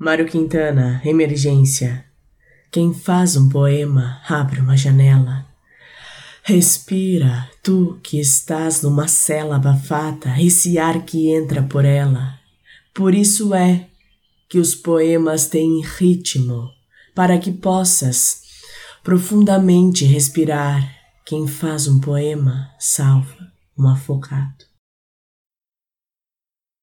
Mário Quintana, Emergência. Quem faz um poema, abre uma janela. Respira, tu que estás numa cela abafada, esse ar que entra por ela. Por isso é que os poemas têm ritmo, para que possas profundamente respirar. Quem faz um poema, salva um afogado.